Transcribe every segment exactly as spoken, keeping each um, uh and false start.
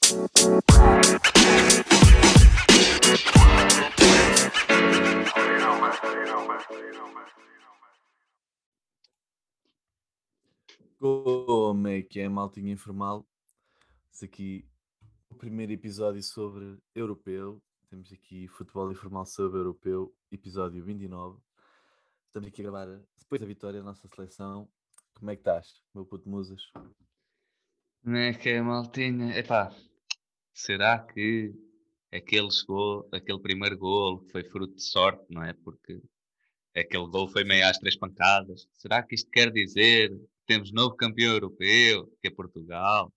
Como é que é, maltinha informal? Isso aqui, o primeiro episódio sobre europeu. Temos aqui futebol informal sobre europeu, episódio vinte e nove. Estamos aqui a gravar depois da vitória da nossa seleção. Como é que estás, meu puto Musas? Como é que é, maltinha? Epá, será que aquele gol, aquele primeiro gol foi fruto de sorte, não é? Porque aquele gol foi meio Sim. às três pancadas. Será que isto quer dizer que temos novo campeão europeu, que é Portugal?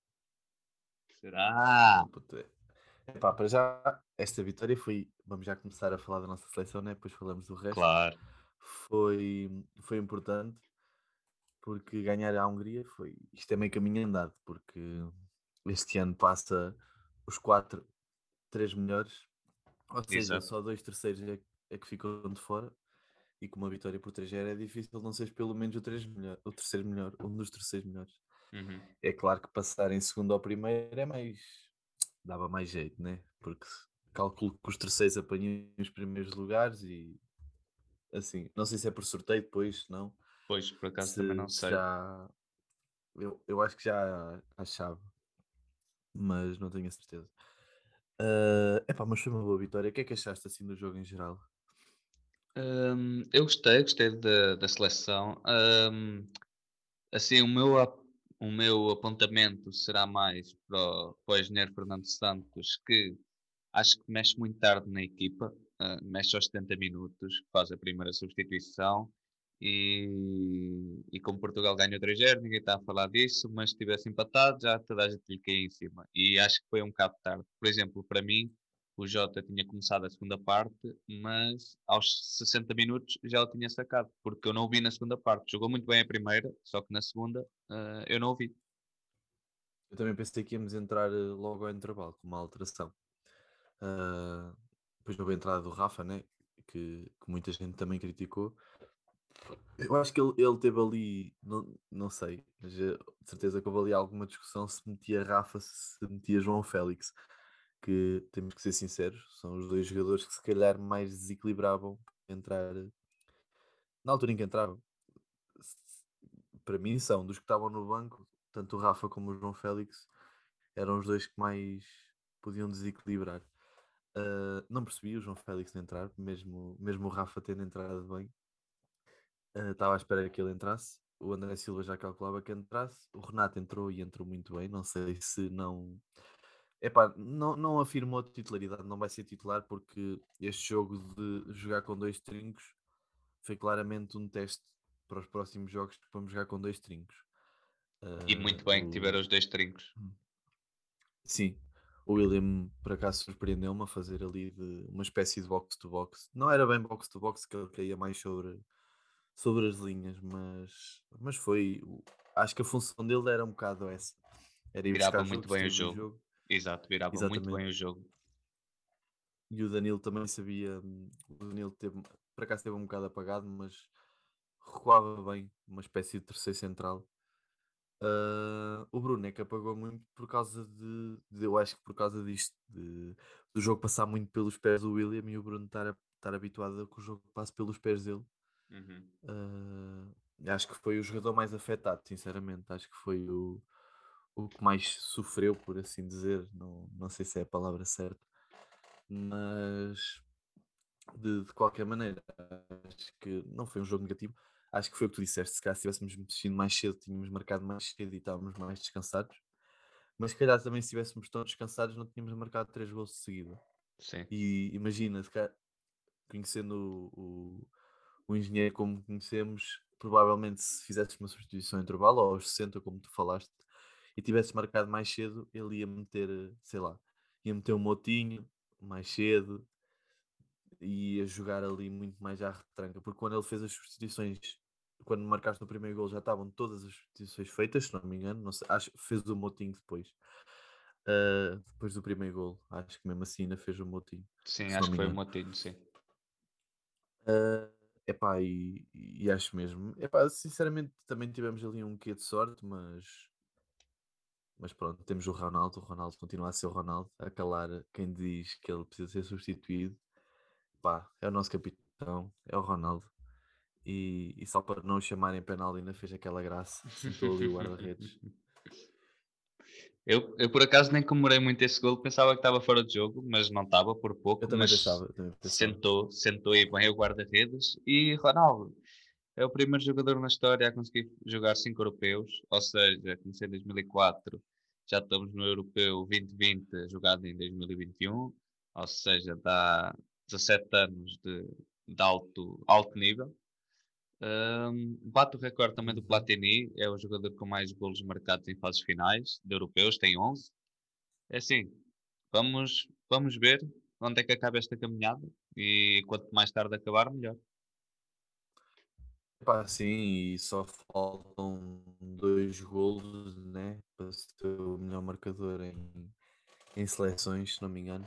Será? Puto, é. Epá, para já, esta vitória foi. Vamos já começar a falar da nossa seleção, né? Depois falamos do resto. Claro, Foi, foi importante porque ganhar a Hungria foi. Isto é meio caminho andado, porque este ano passa os quatro, três melhores. Ou seja, exato. só dois terceiros é, é que ficam de fora. E com uma vitória por três zero é difícil não seres pelo menos o, três melhor, o terceiro melhor, um dos terceiros melhores. Uhum. É claro que passar em segundo ao primeiro é mais. Dava mais jeito, né? Porque calculo que os terceiros apanham os primeiros lugares e assim. Não sei se é por sorteio depois, não. Pois, por acaso também Se, não se sei. já. Eu, eu acho que já achava, mas não tenho a certeza. É epá, mas foi uma boa vitória. O que é que achaste assim do jogo em geral? Hum, eu gostei, gostei da, da seleção. Hum, assim, o meu, ap- o meu apontamento será mais para o, para o engenheiro Fernando Santos, que acho que mexe muito tarde na equipa, ah, mexe aos setenta minutos, faz a primeira substituição e, e como Portugal ganhou três zero, ninguém está a falar disso, mas se tivesse empatado já toda a gente lhe caía em cima. E acho que foi um bocado tarde. Por exemplo, para mim, o Jota tinha começado a segunda parte, mas aos sessenta minutos já o tinha sacado, porque eu não o vi na segunda parte. Jogou muito bem a primeira, só que na segunda ah, eu não o vi. Eu também pensei que íamos entrar eh, logo ao intervalo com uma alteração. Ah, depois houve a entrada do Rafa, né? Que, que muita gente também criticou. Eu acho que ele, ele teve ali, não, não sei, mas eh, de certeza que houve ali alguma discussão se metia Rafa, se metia João Félix, que temos que ser sinceros, são os dois jogadores que se calhar mais desequilibravam entrar na altura em que entravam. Se- Para mim são dos que estavam no banco, tanto o Rafa como o João Félix eram os dois que mais podiam desequilibrar. Ah, não percebi o João Félix entrar, mesmo, mesmo o Rafa tendo entrado bem. Ah, Estava à espera que ele entrasse. O André Silva já calculava que entrasse. O Renato entrou e entrou muito bem. Não sei se não. Epá, não, não afirmou a titularidade, não vai ser titular porque este jogo de jogar com dois trincos foi claramente um teste para os próximos jogos que vamos jogar com dois trincos. E Ah, muito bem que tiveram o... os dois trincos. Sim, o William por acaso surpreendeu-me a fazer ali de uma espécie de box-to-box. Não era bem box-to-box, que ele caía mais sobre, sobre as linhas, mas, mas foi. o- Acho que a função dele era um bocado essa. Era ir Virava buscar muito jogo, bem o distribuir jogo. jogo. Exato, virava muito bem Exatamente. o jogo. E o Danilo também sabia. hum, O Danilo teve, por acaso esteve um bocado apagado, mas recuava bem, uma espécie de terceiro central. Ah, o Bruno é que apagou muito por causa de, de- eu acho que por causa disto, de- do jogo passar muito pelos pés do William e o Bruno estar, a- estar habituado a que o jogo passe pelos pés dele. Uhum. Ah, acho que foi o jogador mais afetado, sinceramente. Acho que foi o, o que mais sofreu, por assim dizer. Não, não sei se é a palavra certa, mas de, de qualquer maneira, acho que não foi um jogo negativo. Acho que foi o que tu disseste. Se calhar, se tivéssemos mexido mais cedo, tínhamos marcado mais cedo e estávamos mais descansados. Mas se calhar também, se estivéssemos tão descansados, não tínhamos marcado três gols de seguida. Sim. E imagina, se calhar, conhecendo o, o, o engenheiro como conhecemos, provavelmente se fizesses uma substituição em intervalo, ou aos sessenta, como tu falaste, e tivesse marcado mais cedo, ele ia meter, sei lá, ia meter um motinho mais cedo e ia jogar ali muito mais à retranca, porque quando ele fez as substituições, quando marcaste o primeiro gol, já estavam todas as substituições feitas, se não me engano, não sei, acho que fez o motinho depois. Uh, depois do primeiro gol, acho que mesmo assim ainda fez o motinho, Sim, se não acho me que foi o engano. motivo, sim. Uh, epá, e, e acho mesmo, epá, sinceramente também tivemos ali um quê de sorte, mas, mas pronto, temos o Ronaldo, o Ronaldo continua a ser o Ronaldo, a calar quem diz que ele precisa ser substituído. Pá, é o nosso capitão, é o Ronaldo. E, e só para não o chamarem penal ainda fez aquela graça, sentou ali o guarda-redes. Eu, eu por acaso nem comemorei muito esse gol, pensava que estava fora de jogo, mas não estava por Eu pouco, também mas pensava, eu também pensava. sentou, sentou e bem o guarda-redes. E Ronaldo é o primeiro jogador na história a conseguir jogar cinco europeus, ou seja, comecei em dois mil e quatro, já estamos no europeu vinte vinte jogado em dois mil e vinte e um, ou seja, dá dezassete anos de, de alto, alto nível. Um, bate o recorde também do Uhum. Platini, é o jogador com mais golos marcados em fases finais de europeus, tem onze. É assim, vamos, vamos ver onde é que acaba esta caminhada e quanto mais tarde acabar, melhor. Epá, sim, e só faltam dois golos, né? Para ser o melhor marcador em, em seleções, se não me engano.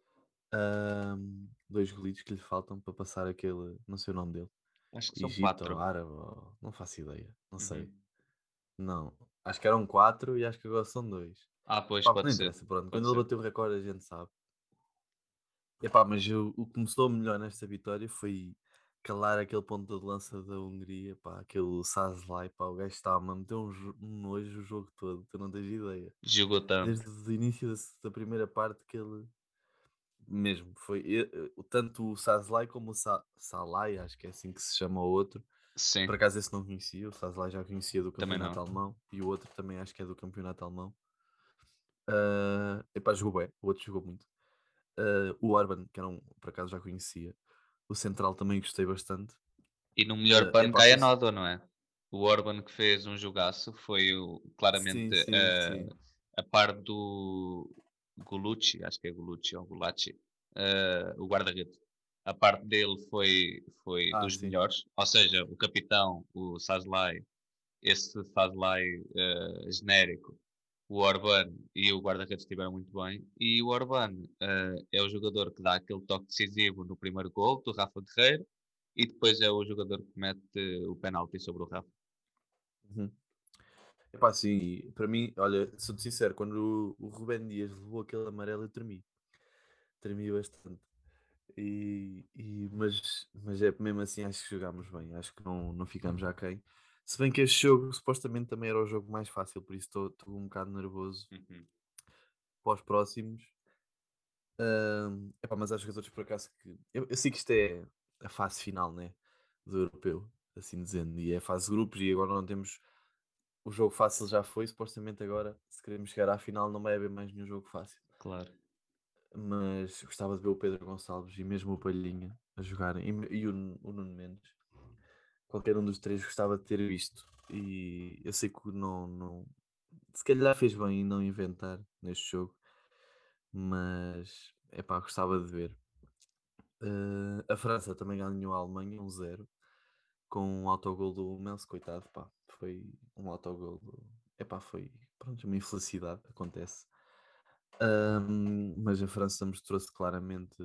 Ahm, dois golitos que lhe faltam para passar aquele, não sei o nome dele, Acho que são Egito ou quatro. Árabe, ou- não faço ideia, não sei. Uhum. Não, acho que eram quatro e acho que agora são dois. Ah, pois, Pá, mas pode não ser. interessa, pronto. Pode Quando ele ser. bateu o recorde, a gente sabe. Epá, mas eu- o que me soou melhor nesta vitória foi calar aquele ponto de lança da Hungria, pá, aquele Szoboszlai, pá, o gajo estava a meter um, jo- um nojo o jogo todo, tu não tens ideia. Jogou tanto. Desde o início da, da primeira parte que ele mesmo foi e- e- o- tanto o Szoboszlai como o Sa Salai, acho que é assim que se chama o outro. Sim, Por acaso esse não conhecia, o Szoboszlai já conhecia do também campeonato não. alemão e o outro também acho que é do campeonato alemão. Ah, epá, jogou bem, o outro jogou muito. Ah, o Orban, que era um, por acaso já conhecia. O Central também gostei bastante. E no melhor Ah, pano epá, cai a foi. Noda, não é? O Orban que fez um jogaço foi o, claramente Sim, sim, sim. a, a par do Gulucci, acho que é Gulucci ou Gulacci, eh, o guarda-redes. A parte dele foi, foi Ah, dos sim. melhores, ou seja, o capitão, o Sazlai, esse Sazlai eh, genérico, o Orban e o guarda-redes estiveram muito bem. E o Orban eh, é o jogador que dá aquele toque decisivo no primeiro gol do Rafa Guerreiro e depois é o jogador que mete o penalti sobre o Rafa. Uhum. Epá, sim, e para mim, olha, sou-te sincero, quando o, o Rubén Dias levou aquele amarelo, eu tremi. Tremi bastante. E, e- mas, mas é mesmo assim, acho que jogámos bem. Acho que não, não ficamos aquém. Se bem que este jogo supostamente também era o jogo mais fácil, por isso estou estou um bocado nervoso Uhum. para os próximos. Ahm, epá, mas há jogadores por acaso que. Eu, eu sei que isto é a fase final, né? Do europeu, assim dizendo, e é a fase de grupos, e agora não temos. O jogo fácil já foi, supostamente agora, se queremos chegar à final, não vai haver mais nenhum jogo fácil. Claro. Mas gostava de ver o Pedro Gonçalves e mesmo o Palhinha a jogarem, e, e o, o Nuno Mendes. Qualquer um dos três gostava de ter visto. E eu sei que não, não. Se calhar fez bem em não inventar neste jogo, mas é pá, gostava de ver. Eh, a França também ganhou a Alemanha um zero com um autogol do Mels, coitado, pá, foi um autogol do... Epá, foi, pronto, uma infelicidade, acontece. Ahm, mas a França mostrou-se claramente...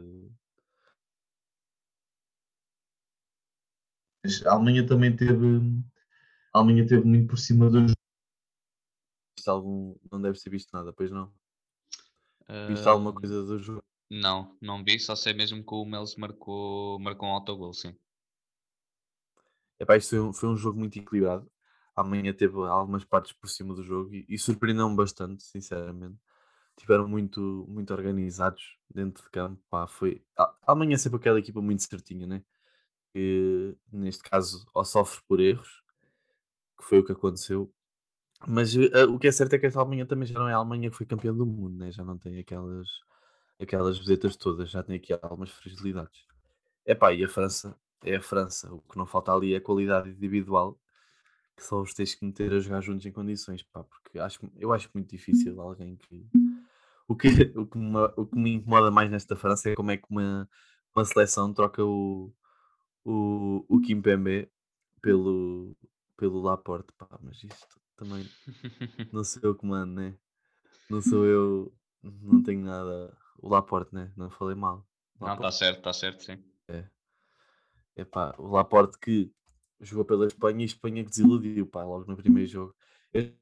A Alemanha também teve, a Alemanha teve muito por cima do jogo. Viste algum, não deve ter visto nada, pois não? Viste alguma Ahm, coisa do jogo? não, não vi, só sei mesmo que o Melos marcou, marcou um autogol, sim. Epá, isto foi um, foi um jogo muito equilibrado. A Alemanha teve algumas partes por cima do jogo e, e surpreendeu-me bastante, sinceramente. Tiveram muito, muito organizados dentro de campo. Pá, foi... A a Alemanha é sempre aquela equipa muito certinha, né? Que neste caso ou sofre por erros, que foi o que aconteceu. Mas eh, o que é certo é que esta Alemanha também já não é a Alemanha que foi campeã do mundo, né? Já não tem aquelas, aquelas vedetas todas, já tem aqui algumas fragilidades. Epá, e a França é a França. O que não falta ali é qualidade individual, que só os tens que meter a jogar juntos em condições, pá, porque acho, eu acho muito difícil alguém que. O que, o que, me, o que me incomoda mais nesta França é como é que uma, uma seleção troca o, o, o Kimpembe pelo, pelo Laporte, pá, mas isto também não sou eu que mando, né? Não sou eu, não tenho nada. O Laporte, né? Não falei mal. Não, está Laporte, certo, está certo, sim. é. É pá, o Laporte que jogou pela Espanha e a Espanha que desiludiu, pá, logo no primeiro jogo. Eu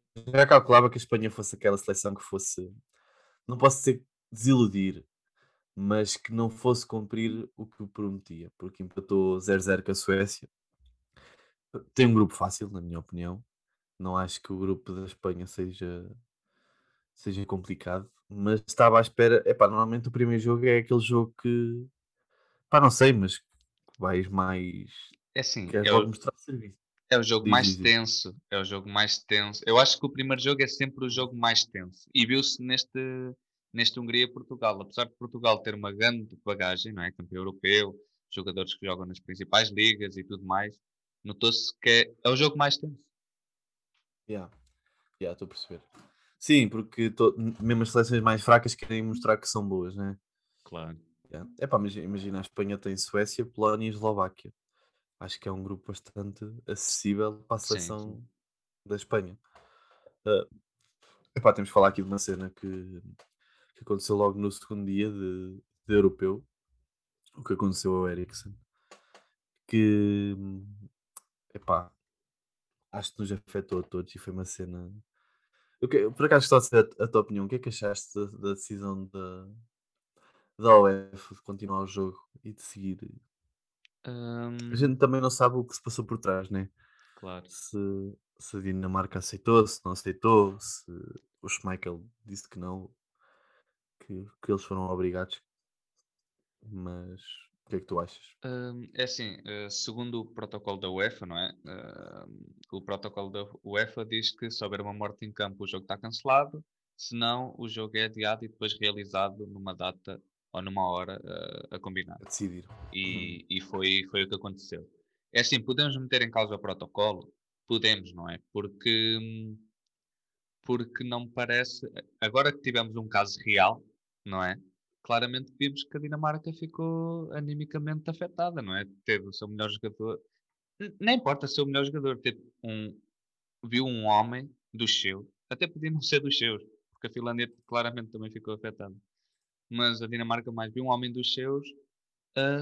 já calculava que a Espanha fosse aquela seleção que fosse, não posso dizer desiludir, mas que não fosse cumprir o que prometia, porque empatou zero zero com a Suécia. Tem um grupo fácil, na minha opinião. Não acho que o grupo da Espanha seja, seja complicado, mas estava à espera. Epá, normalmente o primeiro jogo é aquele jogo que, pá, não sei, mas que vais mais. É assim, Queres é logo o, mostrar serviço. é o jogo Diz, mais diz, diz. tenso. É o jogo mais tenso. Eu acho que o primeiro jogo é sempre o jogo mais tenso. E viu-se neste, neste Hungria-Portugal. Apesar de Portugal ter uma grande bagagem, não é? Campeão europeu, jogadores que jogam nas principais ligas e tudo mais, notou-se que é, é o jogo mais tenso. Yeah, yeah, estou a perceber. Sim, porque to- mesmo as seleções mais fracas querem mostrar que são boas, né? Claro. Yeah. Epá, mas imagina, a Espanha tem Suécia, Polónia e Eslováquia. Acho que é um grupo bastante acessível para a Sim, sim. seleção da Espanha. Ah, epá, temos de falar aqui de uma cena que, que aconteceu logo no segundo dia de, de europeu, o que aconteceu ao Eriksen, que epá, acho que nos afetou a todos e foi uma cena. Eu que- por acaso gostava de saber a, a tua opinião, o que é que achaste da, da decisão da, da UEFA de continuar o jogo e de seguir? A Hum, gente também não sabe o que se passou por trás, né? claro. Se, se a Dinamarca aceitou, se não aceitou, se o Schmeichel disse que não, que, que eles foram obrigados, mas o que é que tu achas? Hum, é assim, eh, segundo o protocolo da UEFA, não é? Hum, o protocolo da UEFA diz que se houver uma morte em campo, o jogo está cancelado, senão o jogo é adiado e depois realizado numa data ou numa hora eh, a combinar. A decidir. E, e foi, foi o que aconteceu. É assim, podemos meter em causa o protocolo? Podemos, não é? Porque, hum, porque não me parece. Agora que tivemos um caso real, não é? Claramente vimos que a Dinamarca ficou animicamente afetada, não é? Teve o seu melhor jogador. N- Nem importa ser o melhor jogador, teve um, viu um homem dos seus, até podia não ser dos seus, porque a Finlândia claramente também ficou afetada. Mas a Dinamarca mais viu um homem dos seus a,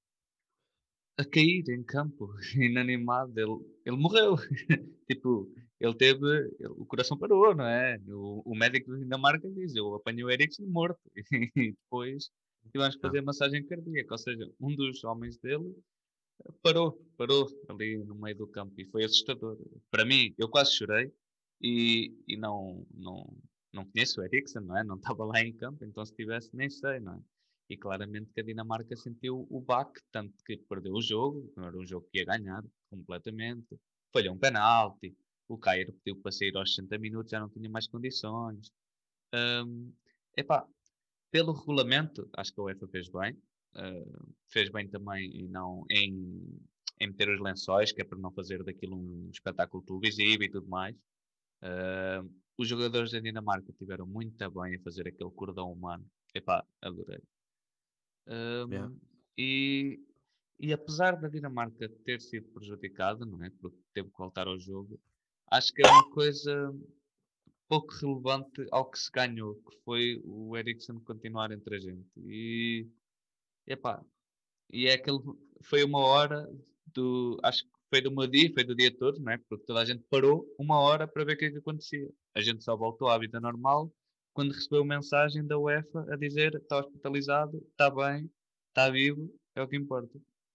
a cair em campo, inanimado. Ele, ele morreu. Tipo, ele teve. ele- o coração parou, não é? O, o médico da Dinamarca diz: eu apanhei o Eriksen morto. E depois tivemos que Yeah. fazer massagem cardíaca. Ou seja, um dos homens dele parou, parou ali no meio do campo. E foi assustador. Para mim, eu quase chorei. E, e não, não, não conheço o Eriksen, não é? Não estava lá em campo, então se tivesse, nem sei, não é? E claramente que a Dinamarca sentiu o baque, tanto que perdeu o jogo, não era um jogo que ia ganhar completamente, falhou um penalti, o Cairo pediu para sair aos sessenta minutos, já não tinha mais condições. Hum, epá, pelo regulamento, acho que a UEFA fez bem, uh, fez bem também em, não, em, em meter os lençóis, que é para não fazer daquilo um espetáculo televisivo e tudo mais. Uh, os jogadores da Dinamarca tiveram muito bem a fazer aquele cordão humano. Epá, adorei. Yeah. Um, e, e apesar da Dinamarca ter sido prejudicada, não é? Porque teve que voltar ao jogo, acho que é uma coisa pouco relevante ao que se ganhou, que foi o Eriksen continuar entre a gente. E, epá, e é aquele, foi uma hora do, acho que foi do meu dia, foi do dia todo, não é? Porque toda a gente parou uma hora para ver o que é que acontecia. A gente só voltou à vida normal quando recebeu mensagem da UEFA a dizer está hospitalizado, está bem, está vivo, é o que importa.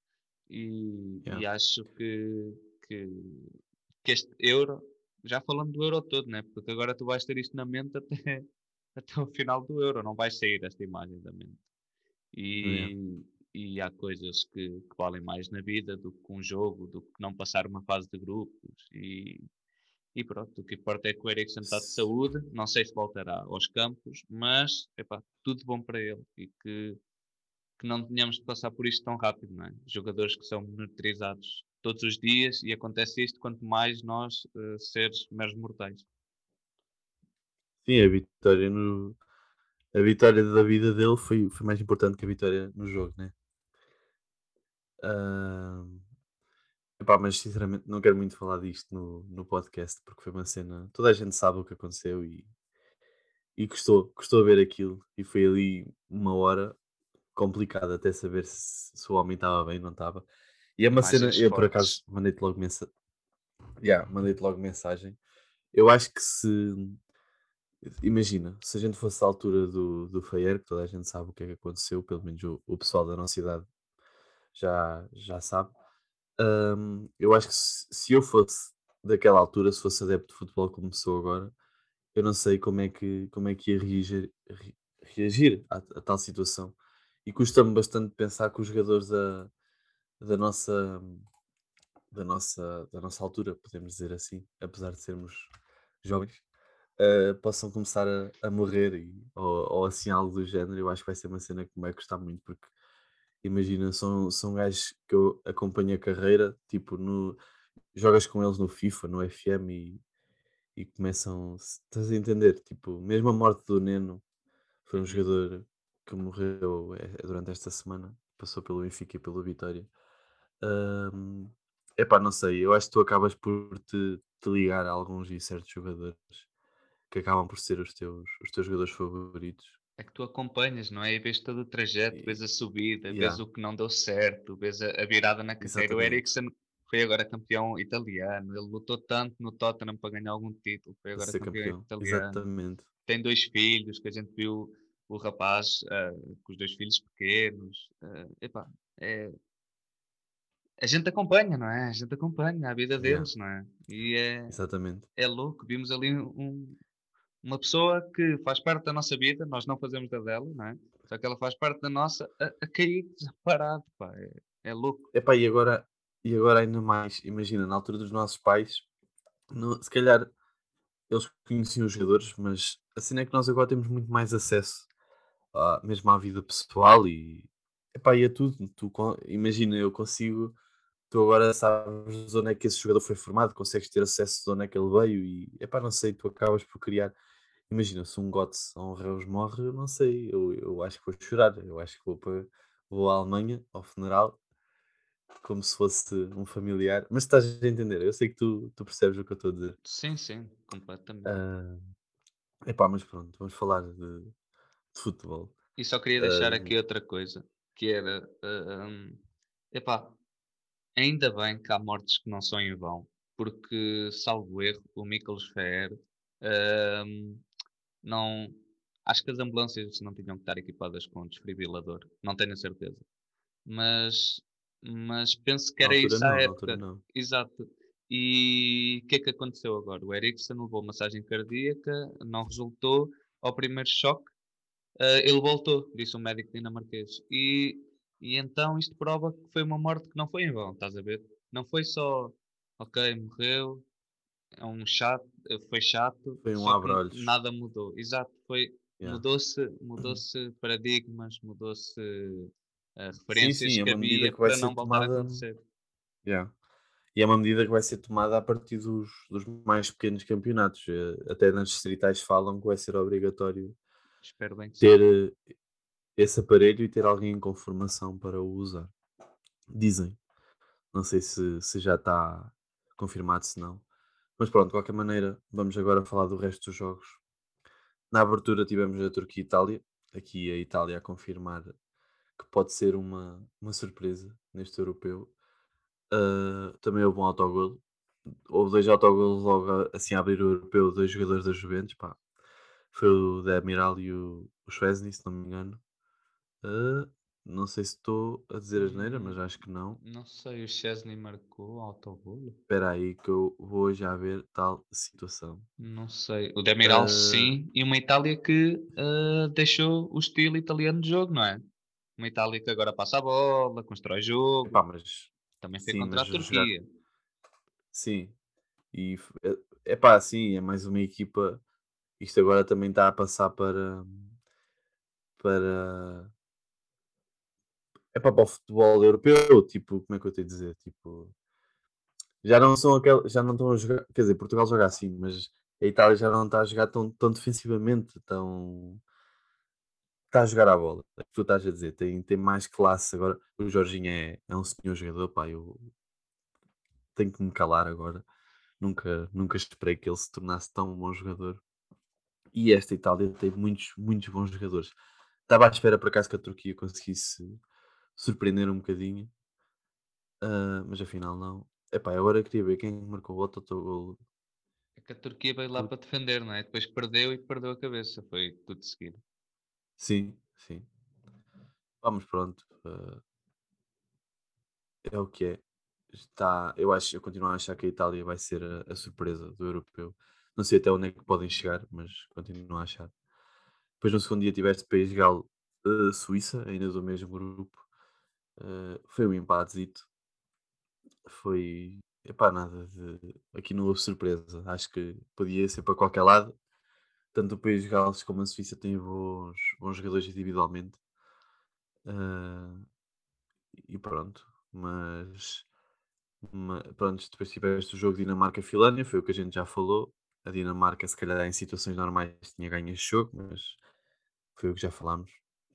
E, Yeah. e acho que, que, que este euro, já falando do euro todo, né? Porque agora tu vais ter isto na mente até, até o final do euro, não vais sair esta imagem da mente. Yeah. E, e há coisas que, que valem mais na vida do que um jogo, do que não passar uma fase de grupos. E, e pronto, o que importa é que o Eriksen está de S- saúde. Não sei se voltará aos campos, mas epá, tudo bom para ele e que, que não tenhamos de passar por isto tão rápido, não é? Jogadores que são monitorizados todos os dias e acontece isto quanto mais nós, eh, seres meros mortais. Sim, a vitória no, a vitória da vida dele foi, foi mais importante que a vitória no jogo, né? Ah, epá, mas sinceramente não quero muito falar disto no, no podcast porque foi uma cena. Toda a gente sabe o que aconteceu e, e gostou, gostou de ver aquilo. E foi ali uma hora complicada até saber se, se o homem estava bem ou não estava. E é uma cena, Imagens eu por acaso fortes. mandei-te logo, mensa yeah, mandei logo mensagem eu acho que se. Imagina, se a gente fosse à altura do, do Fayer, que toda a gente sabe o que é que aconteceu, pelo menos o, o pessoal da nossa idade já, já sabe. hum, eu acho que se, se eu fosse daquela altura, se fosse adepto de futebol como sou agora, eu não sei como é que, como é que ia reagir, re- reagir a, a tal situação. E custa-me bastante pensar que os jogadores da, da nossa, da nossa, da nossa altura, podemos dizer assim, apesar de sermos jovens, eh, possam começar a, a morrer e, ou, ou assim algo do género. Eu acho que vai ser uma cena que me vai gostar muito, porque imagina, são, são gajos que eu acompanho a carreira, tipo, no, jogas com eles no FIFA, no F M e, e começam, se estás a entender, tipo, mesmo a morte do Neno foi um Uhum. jogador que morreu eh, durante esta semana, passou pelo Benfica e pelo Vitória. Ahm, epá, não sei, eu acho que tu acabas por te, te ligar a alguns e certos jogadores que acabam por ser os teus, os teus jogadores favoritos. É que tu acompanhas, não é? E vês todo o trajeto, E, vês a subida, vês yeah, o que não deu certo, vês a, a virada na carreira. O exatamente, Eriksen foi agora campeão italiano, ele lutou tanto no Tottenham para ganhar algum título, foi para agora ser campeão campeão, italiano. exatamente, Tem dois filhos, que a gente viu o rapaz ah, com os dois filhos pequenos. ah, epá, é, a gente acompanha, não é? A gente acompanha a vida yeah, deles, não é? E é, exatamente, é louco. Vimos ali um, uma pessoa que faz parte da nossa vida, nós não fazemos da dela, não é? Só que ela faz parte da nossa a, a cair desamparado, pá. É, é louco. epá, e agora, e agora ainda mais, imagina, na altura dos nossos pais, no- se calhar eles conheciam os jogadores, mas a cena é que nós agora temos muito mais acesso à, mesmo à vida pessoal e, epá, e a tudo. Tu, con- imagina, eu consigo, tu agora sabes de onde é que esse jogador foi formado, consegues ter acesso de onde é que ele veio e, epá, não sei, tu acabas por criar. Imagina, se um Götze ou um Reus morre, eu não sei, eu, eu acho que vou chorar, eu acho que vou, para, vou à Alemanha, ao funeral, como se fosse um familiar, mas estás a entender, eu sei que tu, tu percebes o que eu estou a dizer. Sim, sim, completamente. Ah, epá, mas pronto, vamos falar de, de futebol. E só queria deixar Ah, aqui outra coisa, que era, ah, hum, epá, ainda bem que há mortes que não são em vão, porque, salvo erro, o Miklos Fer, hum, não, acho que as ambulâncias não tinham que estar equipadas com desfibrilador, não tenho a certeza. Mas mas penso que na era altura isso à não, na altura época. não. Exato. E o que é que aconteceu agora? O Eriksen levou massagem cardíaca, não resultou. Ao primeiro choque, ah, ele voltou, disse um médico dinamarquês. E, e então isto prova que foi uma morte que não foi em vão, estás a ver? Não foi só, ok, morreu, é um chato, eh, foi chato, Foi um só que n- abre-olhos. nada mudou. Exato, foi, Yeah. mudou-se, mudou-se paradigmas, mudou-se eh, Sim, referências sim, é que uma medida havia que vai para ser não voltar a tomada. acontecer. Yeah. E é uma medida que vai ser tomada a partir dos, dos mais pequenos campeonatos. Eh, Até nas distritais falam que vai ser obrigatório Espero bem que sim. ter eh, esse aparelho e ter alguém com formação para o usar. Dizem. Não sei se, se já está confirmado, se não. Mas pronto, de qualquer maneira, vamos agora falar do resto dos jogos. Na abertura tivemos a Turquia e Itália. Aqui a Itália a confirmar que pode ser uma, uma surpresa neste europeu. Uh, também houve um autogol. Houve dois autogolos logo a- assim a abrir o europeu, dois jogadores da Juventus. Pá. Foi o Demiral e o, o Chesney, se não me engano. Uh, não sei se estou a dizer asneira, Hum, mas acho que não. não sei, o Chesney marcou autogolo? Espera aí que eu vou já ver tal situação. Não sei. O Demiral Uh, sim, e uma Itália que eh, deixou o estilo italiano de jogo, não é? Uma Itália que agora passa a bola, constrói jogo. epá, mas Também foi sim, contra mas a jogar Turquia. sim. E f- é é pá, sim, é mais uma equipa. Isto agora também está a passar para para é para o futebol europeu, tipo, como é que eu tenho a dizer? Tipo, já não são aquel, já não estão a jogar, quer dizer, Portugal joga assim, mas a Itália já não está a jogar tão, tão defensivamente, tão está a jogar a bola. É o que tu estás a dizer, tem, tem mais classe agora. O Jorginho é, é um senhor jogador, pá, eu tenho que me calar agora. Nunca, nunca esperei que ele se tornasse tão bom jogador. E esta Itália tem muitos, muitos bons jogadores. Estava à espera por acaso que a Turquia conseguisse surpreender um bocadinho, ah, mas afinal não. Epá, agora eu queria ver quem marcou o outro autogolo. que a Turquia veio lá Por- para defender, não é? Depois perdeu e perdeu a cabeça. Foi tudo de seguida. Sim, sim. Vamos, pronto. eh, é o que é. Está, eu acho, eu continuo a achar que a Itália vai ser a, a surpresa do europeu. Não sei até onde é que podem chegar, mas continuo a achar. Depois no segundo dia tiveste País de Galo, eh, Suíça, ainda do mesmo grupo. Eh, foi um empatezito. Foi, epá, nada de. Aqui não houve surpresa. Acho que podia ser para qualquer lado. Tanto o País de Gales como a Suíça têm bons, bons jogadores individualmente. Eh, e pronto. Mas, ma- pronto, depois tiveste o jogo Dinamarca-Finlândia, foi o que a gente já falou. A Dinamarca, se calhar, em situações normais, tinha ganho este jogo, mas foi o que já falámos.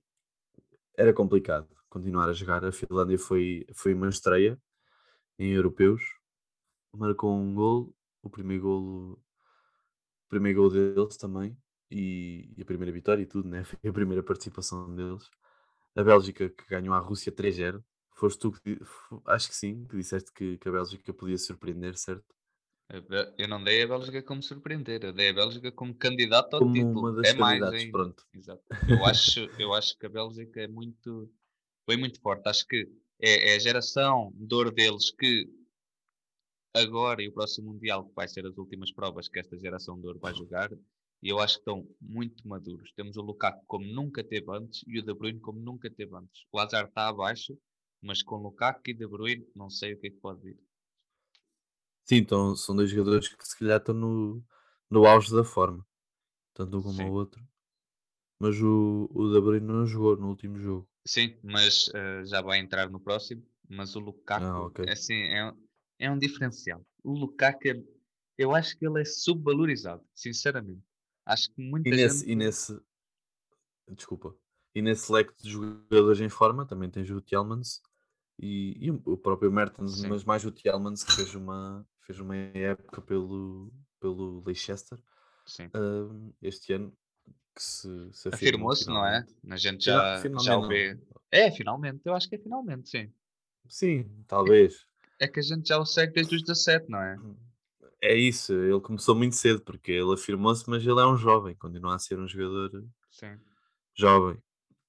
Era complicado continuar a jogar. A Finlândia foi, foi uma estreia em europeus, marcou um gol, o primeiro golo, o primeiro gol deles também, e, e a primeira vitória e tudo, né? Foi a primeira participação deles. A Bélgica que ganhou a Rússia três zero. Foste tu que, di- fo- acho que sim, que disseste que, que a Bélgica podia surpreender, certo? A Bé- Eu não dei a Bélgica como surpreender, eu dei a Bélgica como candidato ao Como uma título. das É mais candidatas, ainda. pronto. Exato. Eu acho, eu acho que a Bélgica é muito, foi muito forte. Acho que é, é a geração de ouro deles que agora e o próximo Mundial, que vai ser as últimas provas que esta geração de ouro vai jogar, e eu acho que estão muito maduros. Temos o Lukaku como nunca teve antes e o De Bruyne como nunca teve antes. O Hazard está abaixo, mas com Lukaku e De Bruyne não sei o que é que pode vir. Sim, então são dois jogadores que se calhar estão no, no auge da forma, tanto um como o Sim. outro. Mas o, o De Bruyne não jogou no último jogo. Sim, mas eh, já vai entrar no próximo. Mas o Ah, Lukaku, ok. é assim, é, um- é um diferencial. O Lukaku, é- eu acho que ele é subvalorizado, sinceramente. Acho que E muita nesse, gente. e nesse, desculpa, e nesse leque de jogadores em forma também tens o Tielemans e, e o próprio Mertens, Sim, mas mais o Tielemans que fez uma, fez uma época pelo, pelo Leicester sim. hum, este ano que se, se afirmou Afirmou-se, não é? finalmente. A gente Fina- já, já finalmente o não. vê. É, finalmente, eu acho que é finalmente, sim. Sim, É, talvez. é que a gente já o segue desde os dezassete, não é? É isso, ele começou muito cedo porque ele afirmou-se, mas ele é um jovem, continua a ser um jogador Sim. jovem.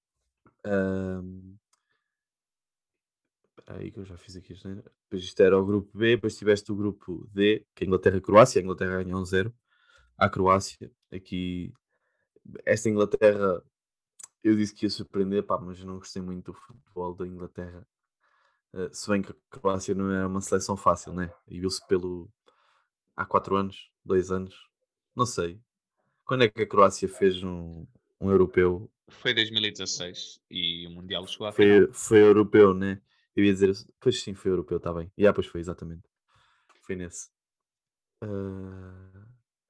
Hum, Espera aí que eu já fiz aqui a geneira. Depois isto era o grupo B, depois tiveste o grupo D, que é Inglaterra e Croácia. A Inglaterra ganhou um zero à Croácia. Aqui, esta Inglaterra, eu disse que ia surpreender, pá, mas eu não gostei muito do futebol da Inglaterra. Eh, se bem que a Croácia não era uma seleção fácil, né? E viu-se pelo. Há quatro anos, dois anos, não sei. Quando é que a Croácia fez um, um europeu? Foi dois mil e dezasseis e o Mundial chegou à final. Foi, foi europeu, né? Eu ia dizer, pois sim, foi europeu, está bem. E ah, pois foi, exatamente. Foi nesse. Ah,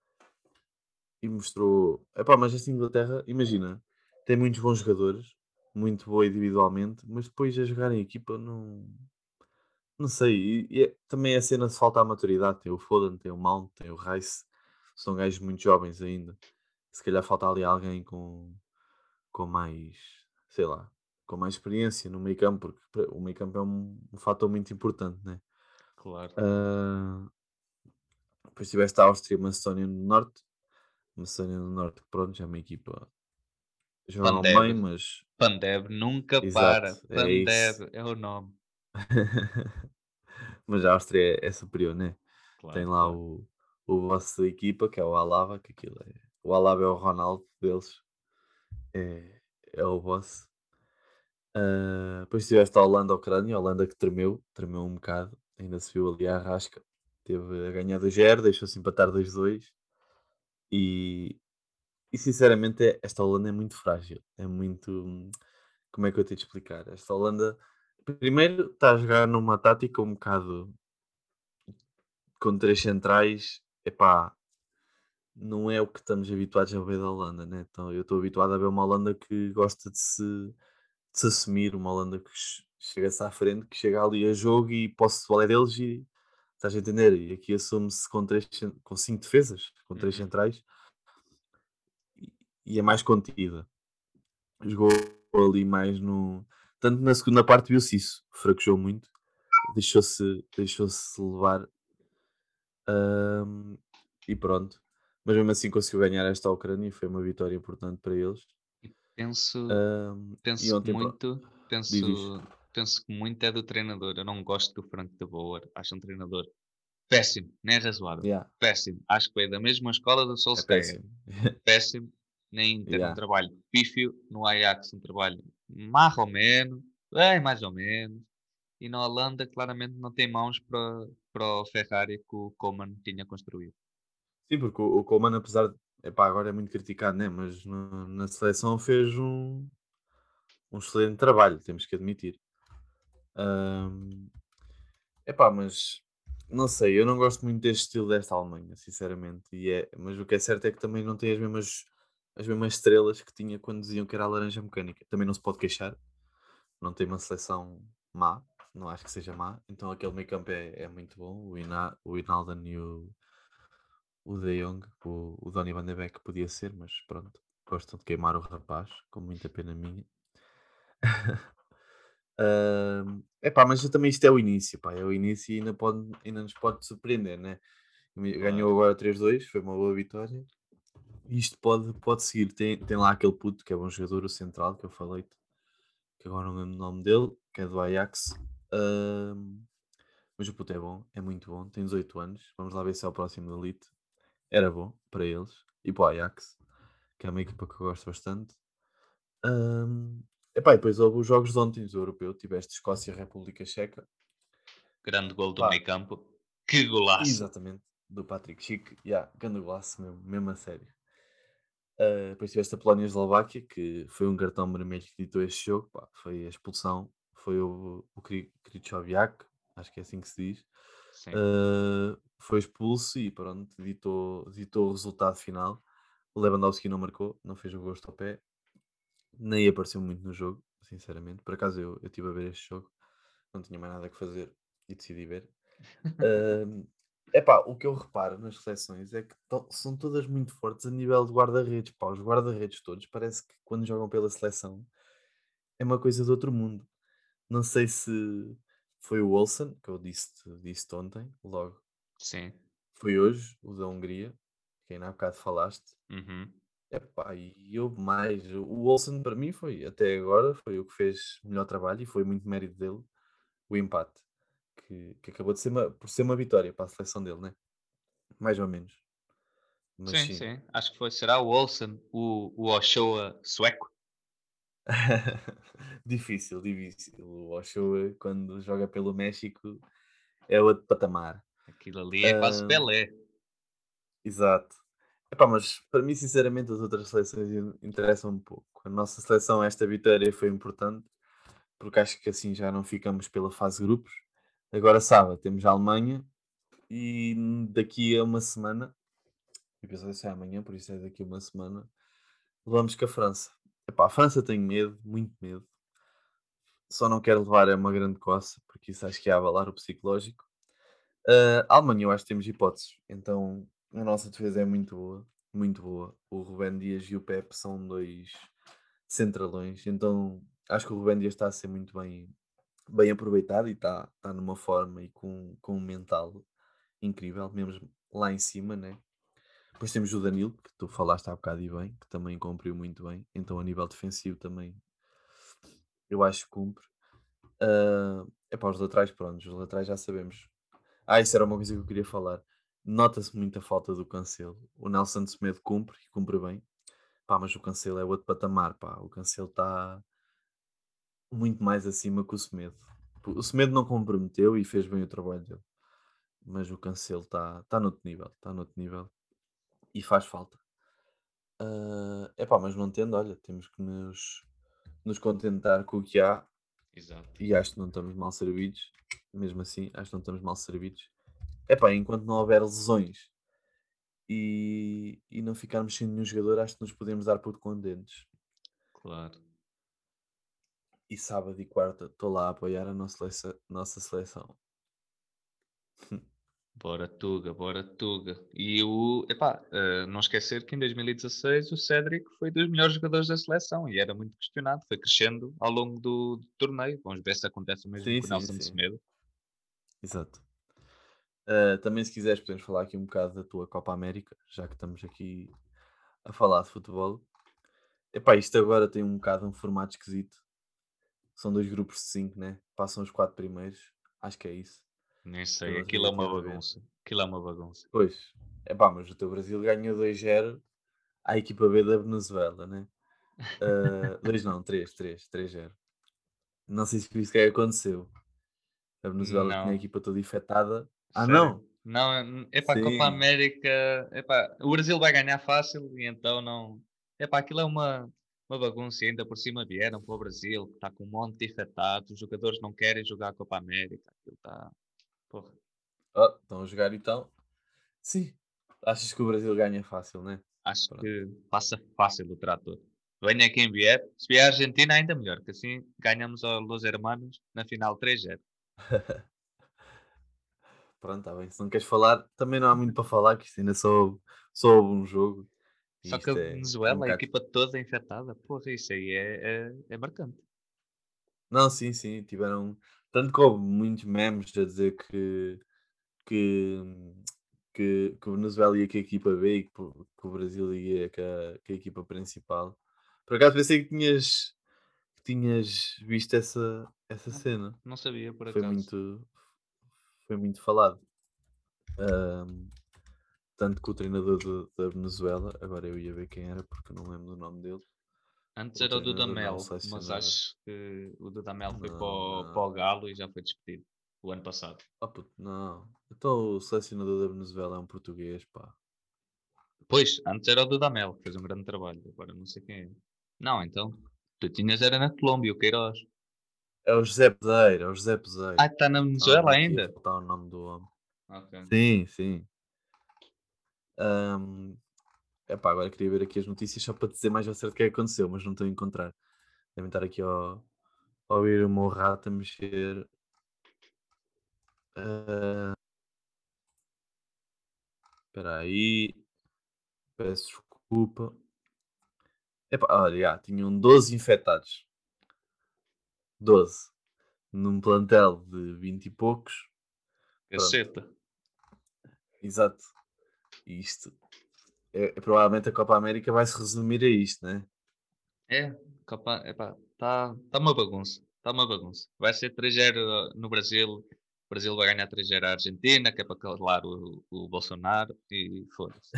e mostrou. Epá, mas esta Inglaterra, imagina, tem muitos bons jogadores, muito boa individualmente, mas depois a jogar em equipa não. Não sei. E, e é- também é a cena de falta a maturidade. Tem o Foden, tem o Mount, tem o Rice. São gajos muito jovens ainda. Se calhar falta ali alguém com, com mais, sei lá, com mais experiência no meio campo, porque o meio campo é um, um fator muito importante, né? Claro. Ah, depois tiveste a Áustria e a Macedónia do Norte. Macedónia do Norte, pronto, já é uma equipa. Jogam Pandev. bem, mas. Pandev nunca Exato, para. é isso. Pandev é o nome. Mas a Áustria é, é superior, né? Tem Claro, lá claro. o, o boss da equipa, que é o Alaba, que aquilo é. O Alaba é o Ronaldo deles. É, é o boss. Ah, depois tiveste a Holanda, a Ucrânia, a Holanda que tremeu, tremeu um bocado. Ainda se viu ali a rasca. Teve a ganhar dois zero, deixou-se empatar dois dois. E, e sinceramente, é- esta Holanda é muito frágil. É muito. Como é que eu tenho de explicar? Esta Holanda, primeiro, está a jogar numa tática um bocado com três centrais. Epá, não é o que estamos habituados a ver da Holanda, né? Então, eu estou habituado a ver uma Holanda que gosta de se, de se assumir, uma Holanda que che- chega-se à frente, que chega ali a jogo e posse de bola é deles e estás a entender? E aqui assume-se com, três, cen- com cinco defesas, com três Uhum. centrais e, e é mais contida. Jogou ali mais no. Tanto na segunda parte viu-se isso, fraquejou muito, deixou-se deixou-se levar. Ahm, e pronto. Mas mesmo assim conseguiu ganhar esta Ucrânia e foi uma vitória importante para eles. E penso, Ahm, e penso que ontem, pronto, muito, diz isto. penso, penso que muito é do treinador. Eu não gosto do Frank de Boer. Acho um treinador péssimo, nem é razoável. Yeah, Péssimo. Acho que veio da mesma escola do é Solskjaer. péssimo. Péssimo. Na Inter um Yeah. trabalho pífio. No Ajax um trabalho mais ou menos. Bem, mais ou menos. E na Holanda claramente não tem mãos para, para o Ferrari que o Koeman tinha construído. Sim, porque o, o Coleman, apesar de. Epá, agora é muito criticado, né? Mas no- na seleção fez um, um excelente trabalho, temos que admitir. Ahm, epá, mas não sei, eu não gosto muito deste estilo desta Alemanha, sinceramente. E é, mas o que é certo é que também não tem as mesmas, as mesmas estrelas que tinha quando diziam que era a laranja mecânica. Também não se pode queixar, não tem uma seleção má, não acho que seja má. Então aquele meio campo é, é muito bom. O, Ina, o Inalden e o, o De Jong, o, o Donny van de Beek podia ser, mas pronto, gostam de queimar o rapaz, com muita pena minha. É epá, mas também isto é o início, pá, é o início e ainda, pode, ainda nos pode surpreender, né? Claro. Ganhou agora três dois, foi uma boa vitória. E isto pode, pode seguir. Tem, tem lá aquele puto que é bom jogador, o central, que eu falei, que agora não lembro o nome dele, que é do Ajax. Ahm, mas o puto é bom, é muito bom, tem dezoito anos. Vamos lá ver se é o próximo da Elite. Era bom para eles e para o Ajax, que é uma equipa que eu gosto bastante. Ahm, epá, e depois houve os jogos de ontem, do europeu. Tiveste Escócia e República Checa. Grande gol do Pá, meio campo. Que golaço! exatamente, do Patrick Schick. Yeah, grande golaço mesmo, mesmo a sério. Uh, depois tiveste a Polónia e a Eslováquia, que foi um cartão vermelho que ditou este jogo. Pá, foi a expulsão, foi o, o Kri- Krychowiak, acho que é assim que se diz. Sim. Uh, foi expulso e pronto, ditou, ditou o resultado final. O Lewandowski não marcou, não fez o gosto ao pé, nem apareceu muito no jogo, sinceramente. Por acaso eu, eu estive a ver este jogo, não tinha mais nada que fazer e decidi ver. Uh, epá, o que eu reparo nas seleções é que to- são todas muito fortes a nível de guarda-redes. Pá, os guarda-redes todos parece que quando jogam pela seleção é uma coisa de outro mundo. Não sei se foi o Olsen, que eu disse, disse ontem, logo. Sim. Foi hoje, o da Hungria, que ainda há bocado falaste. Uhum. Epá, e houve mais. O Olsen para mim foi, até agora, foi o que fez melhor trabalho e foi muito mérito dele, o empate. Que, que acabou de ser uma, por ser uma vitória para a seleção dele, né? Mais ou menos. Mas Sim, sim. sim. Acho que foi. Será o Olsen, o, o Ochoa sueco? Difícil, difícil. O Ochoa, quando joga pelo México, é outro patamar. Aquilo ali é quase Ahm, Pelé. exato. Epá, mas para mim, sinceramente, as outras seleções in- interessam um pouco. A nossa seleção, esta vitória foi importante, porque acho que assim já não ficamos pela fase de grupos. Agora, sábado, temos a Alemanha e daqui a uma semana, o episódio sai amanhã, por isso é daqui a uma semana, levamos com a França. Epá, a França tem medo, muito medo. Só não quero levar a uma grande coça, porque isso acho que é abalar o psicológico. Ah, a Alemanha, eu acho que temos hipóteses. Então, a nossa defesa é muito boa, muito boa. O Rubén Dias e o Pepe são dois centralões. Então, acho que o Rubén Dias está a ser muito bem, bem aproveitado e está, está numa forma e com, com um mental incrível, mesmo lá em cima, né? Depois temos o Danilo, que tu falaste há bocado e bem, que também cumpriu muito bem. Então, a nível defensivo também, eu acho que cumpre. Ah, é para os laterais, pronto, os laterais já sabemos. Ah, isso era uma coisa que eu queria falar. Nota-se muita falta do Cancelo. O Nelson Semedo cumpre, e cumpre bem. Pá, mas o Cancelo é outro patamar, pá. O Cancelo está muito mais acima que o Semedo. O Semedo não comprometeu e fez bem o trabalho dele. Mas o Cancelo está tá noutro nível, está noutro nível e faz falta. É pá, mas não tendo, olha, temos que nos, nos contentar com o que há Exato. e acho que não estamos mal servidos. Mesmo assim, acho que não estamos mal servidos. É pá, enquanto não houver lesões e, e não ficarmos sem nenhum jogador, acho que nos podemos dar por contentes. Claro. E sábado e quarta estou lá a apoiar a nossa, seleção- nossa seleção. Bora Tuga, bora Tuga. E o, epá, eh, não esquecer que em dois mil e dezasseis o Cédric foi dos melhores jogadores da seleção e era muito questionado, foi crescendo ao longo do, do torneio. Vamos ver se acontece o mesmo Sim, com o sim, Nelson sim. Semedo. Exato. Uh, também, se quiseres, podemos falar aqui um bocado da tua Copa América, já que estamos aqui a falar de futebol. Epá, isto agora tem um bocado um formato esquisito. São dois grupos de cinco, né? Passam os quatro primeiros. Acho que é isso. Nem Que eu sei, no outro aquilo é dia uma estive a ver. bagunça. Aquilo é uma bagunça. Pois, epá, mas o teu Brasil ganhou dois zero à equipa B da Venezuela, né? Uh, dois não, três três três zero. Não sei se foi isso que é que aconteceu. A Venezuela tinha a Não, equipa toda infectada. Ah, sério. não? Não, é para a Copa Sim. América. Epá, o Brasil vai ganhar fácil e então não. Epá, aquilo é uma, uma bagunça. E ainda por cima vieram para o Brasil, que está com um monte de infectados. Os jogadores não querem jogar a Copa América. Aquilo está. Porra. Oh, estão a jogar então? Sim. Achas que o Brasil ganha fácil, né? Acho Pronto. que passa fácil o trator. Venha quem vier. Se vier a Argentina, ainda melhor, que assim ganhamos aos Los Hermanos na final três zero. Pronto, está bem. Se não queres falar, também não há muito para falar, que isto ainda só, só houve um jogo e Só que a isto é, é um Venezuela, a bocado. equipa toda infectada, porra, isso aí é, é, é marcante. Não, sim, sim, tiveram. Tanto que houve muitos memes a dizer que, que, que, que o Venezuela ia com a equipa B e que, o que o Brasil ia com a, com a equipa principal. Por acaso pensei que tinhas, que tinhas visto essa, essa Não, cena. não sabia, por Foi acaso. muito, foi muito falado. Ahm, tanto que o treinador do- da Venezuela, agora eu ia ver quem era porque eu não lembro do nome dele. Antes O era o treinador não, o Dudamel, mas selecionador. acho que o Dudamel foi para Não, o, para não. o Galo e já foi despedido o ano passado. Oh, puto, não. Então o selecionador da Venezuela é um português, pá. Pois, antes era o Dudamel, que fez um grande trabalho, agora não sei quem é. Não, então, tu tinhas era na Colômbia, o Queiroz. É o José Peseiro, é o José Ah, Peseiro. está na Estava-me Venezuela aqui a ainda? faltar o nome do homem. Ok. Sim, sim. Ahm, epá, agora queria ver aqui as notícias só para dizer mais ao certo o que é que aconteceu, mas não estou a encontrar. Devem estar aqui ao, a ouvir o meu rato a mexer. Ah, Espera aí, peço desculpa. Epá, olha, já, tinham doze infectados. Doze. Num plantel de vinte e poucos. Pronto, Caceta. exato. Isto. É, é- provavelmente a Copa América vai se resumir a isto, né? É, Copa, epá, está tá uma bagunça. Está uma bagunça. Vai ser três zero no Brasil. O Brasil vai ganhar três zero à Argentina, que é para calar o, o Bolsonaro e foda-se.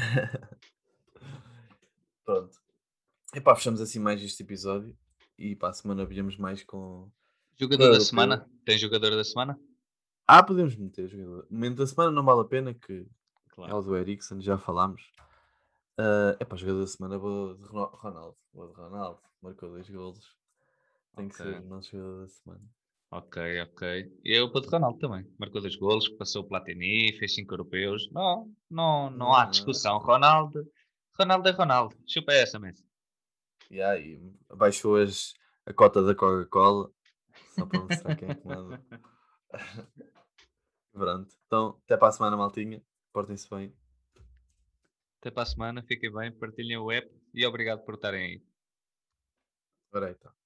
Pronto. Epá, fechamos assim mais este episódio e para a semana viemos mais com, com o Jogador da europeu. semana? Tem jogador da semana? Ah, podemos meter jogador. Momento da semana não vale a pena, que é Claro. o do Eriksen, já falámos. É epá, jogador da semana vou de Ronal- Ronaldo. Vou de Ronaldo, marcou dois golos. Tem que Ok, ser o nosso jogador da semana. ok, ok. E eu para de Ronaldo também. Marcou dois golos, passou o Platini, fez cinco europeus. Não, não, não há Não, discussão. Ronaldo, Ronaldo é Ronaldo. Chupa essa mesmo. e aí, baixou as, a cota da Coca-Cola só para mostrar quem é que manda. Pronto. Então, até para a semana, maltinha. Portem-se bem. Até para a semana, fiquem bem, partilhem o app e obrigado por estarem aí. Ora, então.